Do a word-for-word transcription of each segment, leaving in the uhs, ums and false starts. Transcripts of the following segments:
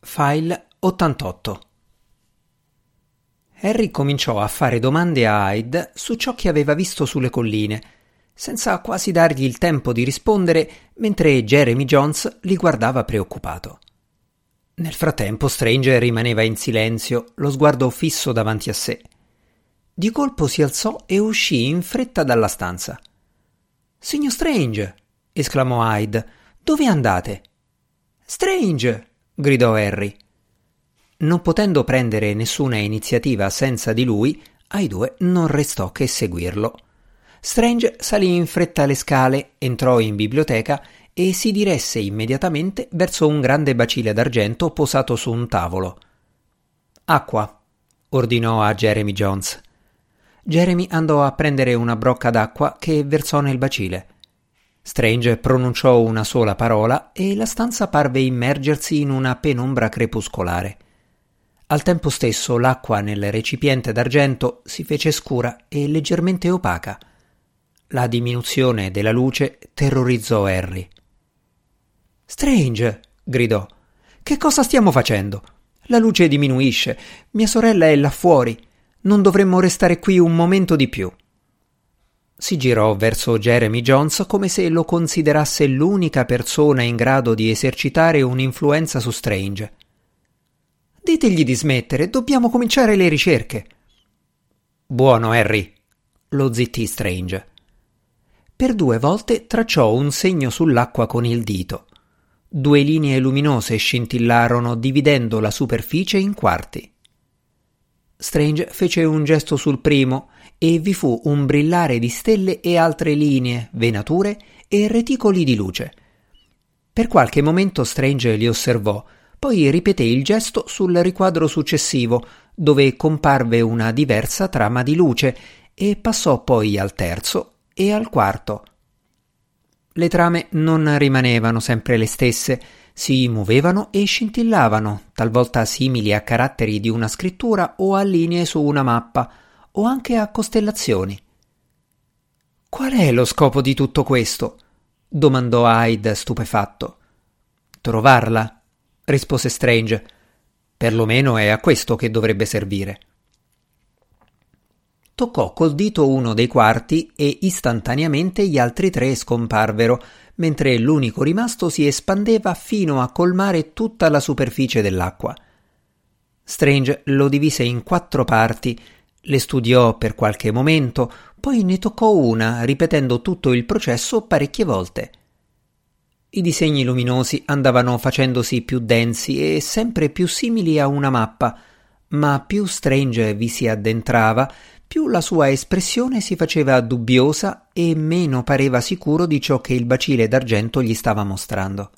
File ottantotto. Harry cominciò a fare domande a Hyde su ciò che aveva visto sulle colline, senza quasi dargli il tempo di rispondere, mentre Jeremy Jones li guardava preoccupato. Nel frattempo Strange rimaneva in silenzio, lo sguardo fisso davanti a sé. Di colpo si alzò e uscì in fretta dalla stanza. «Signor Strange!» esclamò Hyde. «Dove andate?» «Strange!» gridò Harry. Non potendo prendere nessuna iniziativa senza di lui, ai due non restò che seguirlo. Strange salì in fretta le scale, entrò in biblioteca e si diresse immediatamente verso un grande bacile d'argento posato su un tavolo. «Acqua», ordinò a Jeremy Jones. Jeremy andò a prendere una brocca d'acqua che versò nel bacile. Strange pronunciò una sola parola e la stanza parve immergersi in una penombra crepuscolare. Al tempo stesso l'acqua nel recipiente d'argento si fece scura e leggermente opaca. La diminuzione della luce terrorizzò Harry. «Strange!» gridò. «Che cosa stiamo facendo? La luce diminuisce. Mia sorella è là fuori. Non dovremmo restare qui un momento di più». Si girò verso Jeremy Jones come se lo considerasse l'unica persona in grado di esercitare un'influenza su Strange. «Ditegli di smettere, dobbiamo cominciare le ricerche». «Buono, Harry», lo zittì Strange. Per due volte tracciò un segno sull'acqua con il dito. Due linee luminose scintillarono dividendo la superficie in quarti. Strange fece un gesto sul primo e vi fu un brillare di stelle e altre linee, venature e reticoli di luce. Per qualche momento Strange li osservò, poi ripeté il gesto sul riquadro successivo, dove comparve una diversa trama di luce, e passò poi al terzo e al quarto. Le trame non rimanevano sempre le stesse, si muovevano e scintillavano, talvolta simili a caratteri di una scrittura o a linee su una mappa, o anche a costellazioni. «Qual è lo scopo di tutto questo?» domandò Hyde stupefatto. «Trovarla», rispose Strange. «Perlomeno è a questo che dovrebbe servire». Toccò col dito uno dei quarti e istantaneamente gli altri tre scomparvero, mentre l'unico rimasto si espandeva fino a colmare tutta la superficie dell'acqua. Strange lo divise in quattro parti, le studiò per qualche momento, poi ne toccò una, ripetendo tutto il processo parecchie volte. I disegni luminosi andavano facendosi più densi e sempre più simili a una mappa, ma più Strange vi si addentrava, più la sua espressione si faceva dubbiosa e meno pareva sicuro di ciò che il bacile d'argento gli stava mostrando.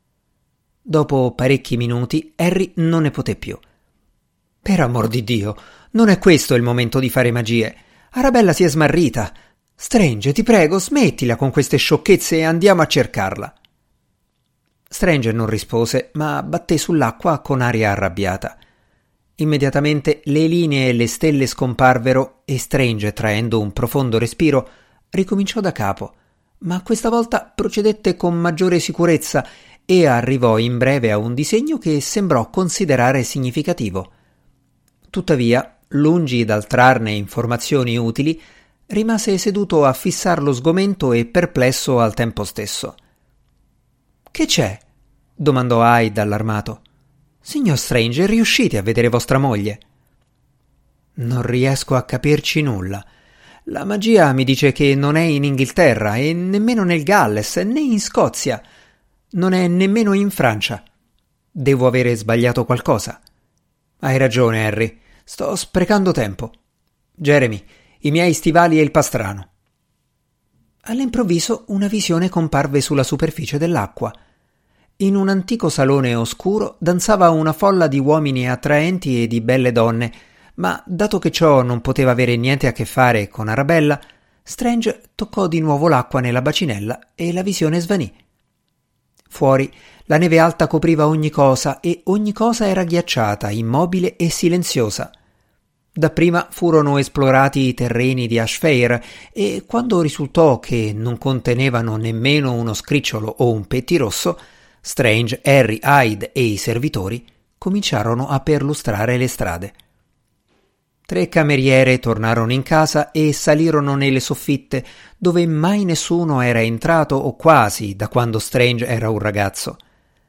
Dopo parecchi minuti Harry non ne poté più. «Per amor di Dio, non è questo il momento di fare magie. Arabella si è smarrita. Strange, ti prego, smettila con queste sciocchezze e andiamo a cercarla». Strange non rispose, ma batté sull'acqua con aria arrabbiata. Immediatamente le linee e le stelle scomparvero e Strange, traendo un profondo respiro, ricominciò da capo, ma questa volta procedette con maggiore sicurezza e arrivò in breve a un disegno che sembrò considerare significativo. Tuttavia, lungi dal trarne informazioni utili, rimase seduto a fissar lo sgomento e perplesso al tempo stesso. «Che c'è?» domandò Hyde allarmato. «Signor Strange, riuscite a vedere vostra moglie?» «Non riesco a capirci nulla. La magia mi dice che non è in Inghilterra e nemmeno nel Galles né in Scozia. Non è nemmeno in Francia. Devo avere sbagliato qualcosa». «Hai ragione, Harry. Sto sprecando tempo. Jeremy, i miei stivali e il pastrano». All'improvviso una visione comparve sulla superficie dell'acqua. In un antico salone oscuro danzava una folla di uomini attraenti e di belle donne, ma dato che ciò non poteva avere niente a che fare con Arabella, Strange toccò di nuovo l'acqua nella bacinella e la visione svanì. Fuori la neve alta copriva ogni cosa e ogni cosa era ghiacciata, immobile e silenziosa. Dapprima furono esplorati i terreni di Ashfair e quando risultò che non contenevano nemmeno uno scricciolo o un pettirosso, Strange, Harry, Hyde e i servitori cominciarono a perlustrare le strade. Tre cameriere tornarono in casa e salirono nelle soffitte, dove mai nessuno era entrato o quasi da quando Strange era un ragazzo.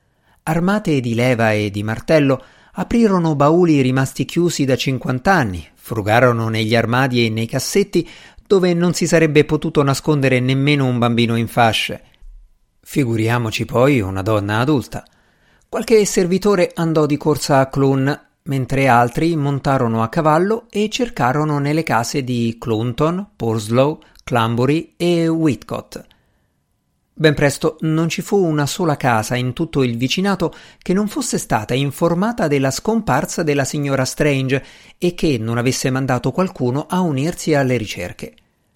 Armate di leva e di martello, aprirono bauli rimasti chiusi da cinquant'anni, frugarono negli armadi e nei cassetti dove non si sarebbe potuto nascondere nemmeno un bambino in fasce. Figuriamoci poi una donna adulta. Qualche servitore andò di corsa a Clun, mentre altri montarono a cavallo e cercarono nelle case di Clunton, Purslow, Clambury e Whitcott. Ben presto non ci fu una sola casa in tutto il vicinato che non fosse stata informata della scomparsa della signora Strange e che non avesse mandato qualcuno a unirsi alle ricerche.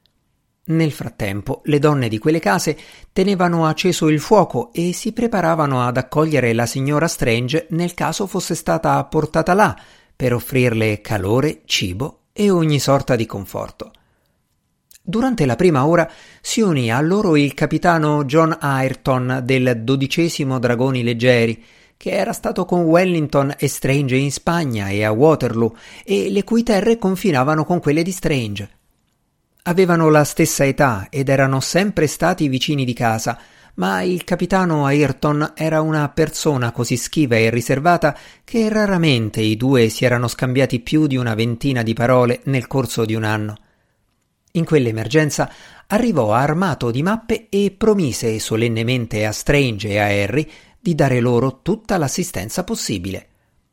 Nel frattempo le donne di quelle case tenevano acceso il fuoco e si preparavano ad accogliere la signora Strange nel caso fosse stata portata là per offrirle calore, cibo e ogni sorta di conforto. Durante la prima ora si unì a loro il capitano John Ayrton del dodicesimo Dragoni Leggeri, che era stato con Wellington e Strange in Spagna e a Waterloo e le cui terre confinavano con quelle di Strange. Avevano la stessa età ed erano sempre stati vicini di casa, ma il capitano Ayrton era una persona così schiva e riservata che raramente i due si erano scambiati più di una ventina di parole nel corso di un anno. In quell'emergenza arrivò armato di mappe e promise solennemente a Strange e a Harry di dare loro tutta l'assistenza possibile.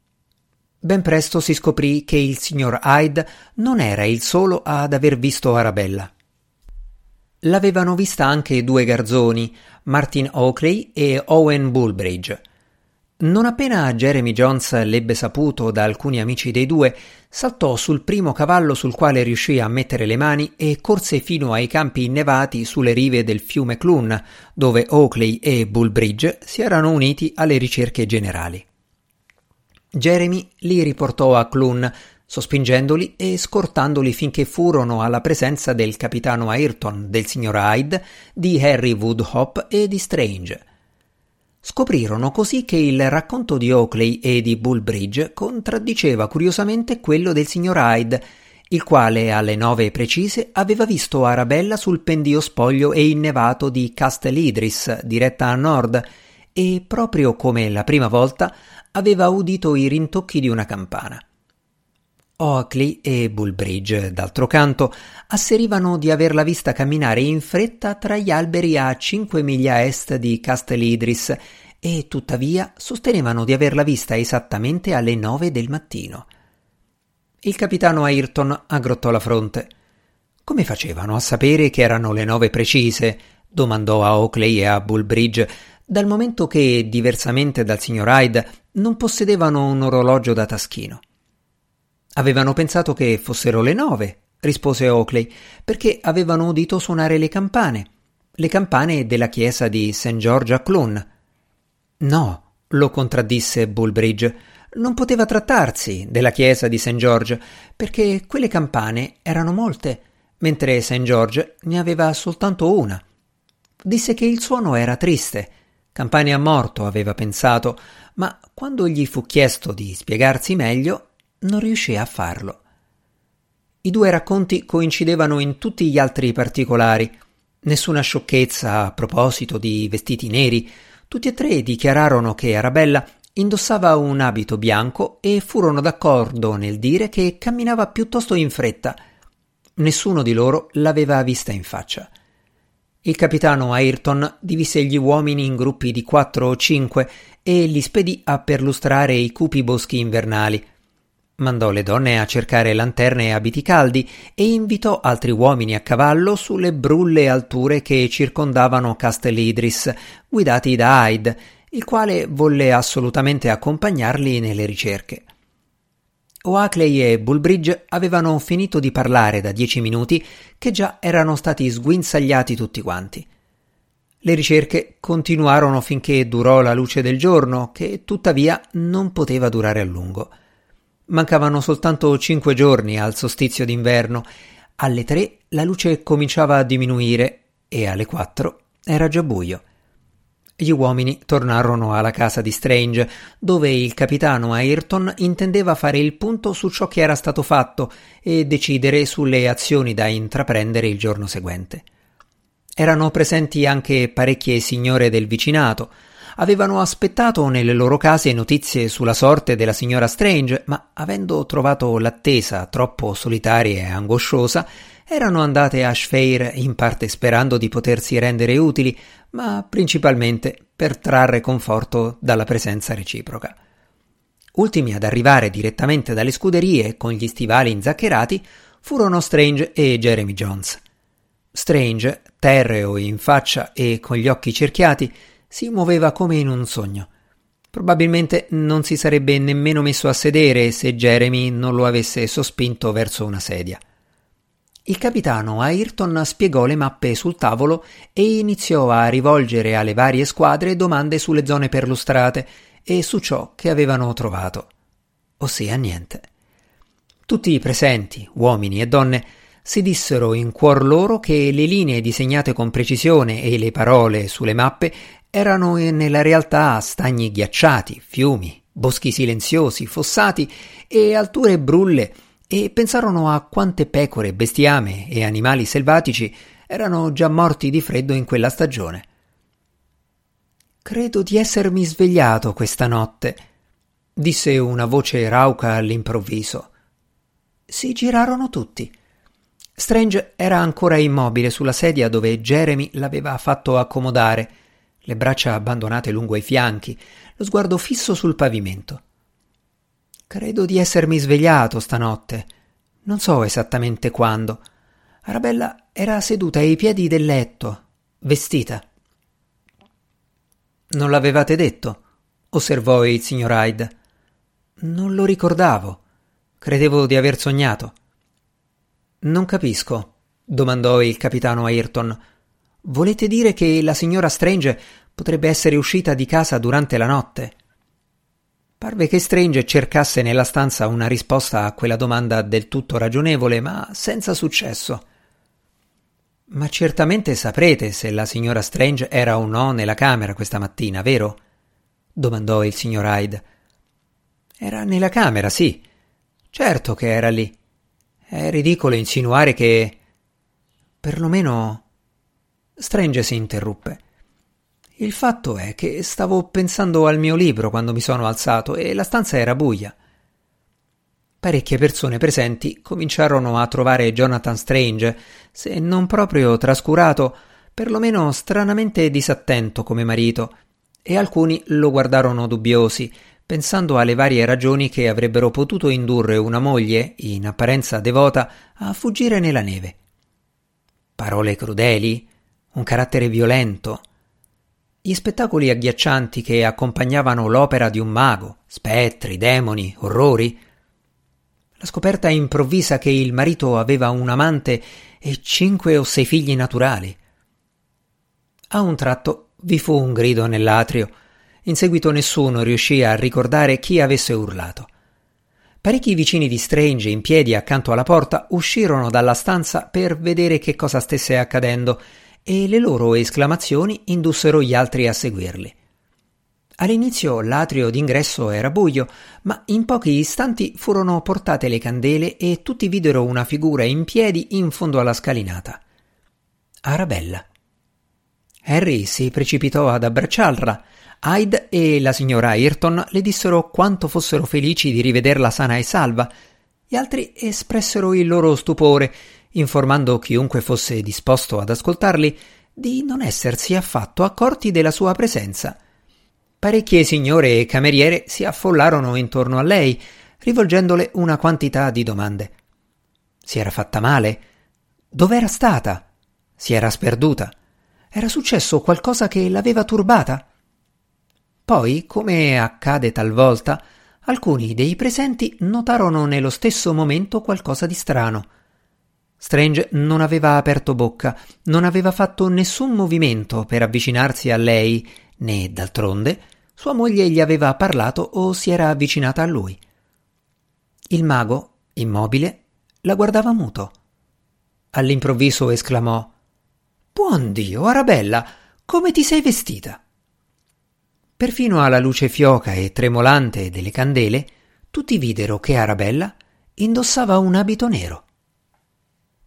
Ben presto si scoprì che il signor Hyde non era il solo ad aver visto Arabella. L'avevano vista anche due garzoni, Martin Oakley e Owen Bulbridge. Non appena Jeremy Jones l'ebbe saputo da alcuni amici dei due, saltò sul primo cavallo sul quale riuscì a mettere le mani e corse fino ai campi innevati sulle rive del fiume Clun, dove Oakley e Bulbridge si erano uniti alle ricerche generali. Jeremy li riportò a Clun, sospingendoli e scortandoli finché furono alla presenza del capitano Ayrton, del signor Hyde, di Harry Woodhope e di Strange. Scoprirono così che il racconto di Oakley e di Bulbridge contraddiceva curiosamente quello del signor Hyde, il quale alle nove precise aveva visto Arabella sul pendio spoglio e innevato di Castle Idris, diretta a nord, e proprio come la prima volta aveva udito i rintocchi di una campana. Oakley e Bulbridge, d'altro canto, asserivano di averla vista camminare in fretta tra gli alberi a cinque miglia a est di Castle Idris e tuttavia sostenevano di averla vista esattamente alle nove del mattino. Il capitano Ayrton aggrottò la fronte. «Come facevano a sapere che erano le nove precise?» domandò a Oakley e a Bulbridge, dal momento che, diversamente dal signor Hyde, non possedevano un orologio da taschino. «Avevano pensato che fossero le nove», rispose Oakley, «perché avevano udito suonare le campane, le campane della chiesa di Saint George a Clun». «No», lo contraddisse Bulbridge, «non poteva trattarsi della chiesa di Saint George, perché quelle campane erano molte, mentre Saint George ne aveva soltanto una. Disse che il suono era triste, campane a morto, aveva pensato, ma quando gli fu chiesto di spiegarsi meglio, non riuscì a farlo». I due racconti coincidevano in tutti gli altri particolari. Nessuna sciocchezza a proposito di vestiti neri. Tutti e tre dichiararono che Arabella indossava un abito bianco e furono d'accordo nel dire che camminava piuttosto in fretta. Nessuno di loro l'aveva vista in faccia. Il capitano Ayrton divise gli uomini in gruppi di quattro o cinque e li spedì a perlustrare i cupi boschi invernali. Mandò le donne a cercare lanterne e abiti caldi e invitò altri uomini a cavallo sulle brulle alture che circondavano Castle Idris, guidati da Hyde, il quale volle assolutamente accompagnarli nelle ricerche. Oakley e Bulbridge avevano finito di parlare da dieci minuti che già erano stati sguinzagliati tutti quanti. Le ricerche continuarono finché durò la luce del giorno, che tuttavia non poteva durare a lungo. Mancavano soltanto cinque giorni al solstizio d'inverno. Alle tre la luce cominciava a diminuire e alle quattro era già buio. Gli uomini tornarono alla casa di Strange, dove il capitano Ayrton intendeva fare il punto su ciò che era stato fatto e decidere sulle azioni da intraprendere il giorno seguente. Erano presenti anche parecchie signore del vicinato. Avevano aspettato nelle loro case notizie sulla sorte della signora Strange, ma avendo trovato l'attesa troppo solitaria e angosciosa, erano andate a Shire in parte sperando di potersi rendere utili, ma principalmente per trarre conforto dalla presenza reciproca. Ultimi ad arrivare direttamente dalle scuderie con gli stivali inzaccherati furono Strange e Jeremy Jones. Strange, terreo in faccia e con gli occhi cerchiati, si muoveva come in un sogno. Probabilmente non si sarebbe nemmeno messo a sedere se Jeremy non lo avesse sospinto verso una sedia. Il capitano Ayrton spiegò le mappe sul tavolo e iniziò a rivolgere alle varie squadre domande sulle zone perlustrate e su ciò che avevano trovato. Ossia niente. Tutti i presenti, uomini e donne, si dissero in cuor loro che le linee disegnate con precisione e le parole sulle mappe erano nella realtà stagni ghiacciati, fiumi, boschi silenziosi, fossati e alture brulle, e pensarono a quante pecore, bestiame e animali selvatici erano già morti di freddo in quella stagione. «Credo di essermi svegliato questa notte», disse una voce rauca all'improvviso. Si girarono tutti. Strange era ancora immobile sulla sedia dove Jeremy l'aveva fatto accomodare, le braccia abbandonate lungo i fianchi, lo sguardo fisso sul pavimento. «Credo di essermi svegliato stanotte. Non so esattamente quando. Arabella era seduta ai piedi del letto, vestita». «Non l'avevate detto?» osservò il signor Hyde. «Non lo ricordavo. Credevo di aver sognato». «Non capisco», domandò il capitano Ayrton. «Volete dire che la signora Strange potrebbe essere uscita di casa durante la notte?» Parve che Strange cercasse nella stanza una risposta a quella domanda del tutto ragionevole, ma senza successo. «Ma certamente saprete se la signora Strange era o no nella camera questa mattina, vero?» domandò il signor Hyde. «Era nella camera, sì. Certo che era lì. È ridicolo insinuare che... Perlomeno...» Strange si interruppe. «Il fatto è che stavo pensando al mio libro quando mi sono alzato e la stanza era buia». Parecchie persone presenti cominciarono a trovare Jonathan Strange, se non proprio trascurato, perlomeno stranamente disattento come marito, e alcuni lo guardarono dubbiosi, pensando alle varie ragioni che avrebbero potuto indurre una moglie, in apparenza devota, a fuggire nella neve. Parole crudeli? Un carattere violento? Gli spettacoli agghiaccianti che accompagnavano l'opera di un mago, spettri, demoni, orrori? La scoperta improvvisa che il marito aveva un amante e cinque o sei figli naturali. A un tratto vi fu un grido nell'atrio. In seguito nessuno riuscì a ricordare chi avesse urlato. Parecchi vicini di Strange in piedi accanto alla porta uscirono dalla stanza per vedere che cosa stesse accadendo e le loro esclamazioni indussero gli altri a seguirli. All'inizio l'atrio d'ingresso era buio, ma in pochi istanti furono portate le candele e tutti videro una figura in piedi in fondo alla scalinata. Arabella. Harry si precipitò ad abbracciarla. Hyde e la signora Ayrton le dissero quanto fossero felici di rivederla sana e salva. Gli altri espressero il loro stupore, informando chiunque fosse disposto ad ascoltarli di non essersi affatto accorti della sua presenza. Parecchie signore e cameriere si affollarono intorno a lei, rivolgendole una quantità di domande. Si era fatta male? Dov'era stata? Si era sperduta? Era successo qualcosa che l'aveva turbata? Poi, come accade talvolta, alcuni dei presenti notarono nello stesso momento qualcosa di strano. Strange non aveva aperto bocca, non aveva fatto nessun movimento per avvicinarsi a lei, né, d'altronde, sua moglie gli aveva parlato o si era avvicinata a lui. Il mago, immobile, la guardava muto. All'improvviso esclamò: «Buon Dio, Arabella, come ti sei vestita?» Perfino alla luce fioca e tremolante delle candele, tutti videro che Arabella indossava un abito nero.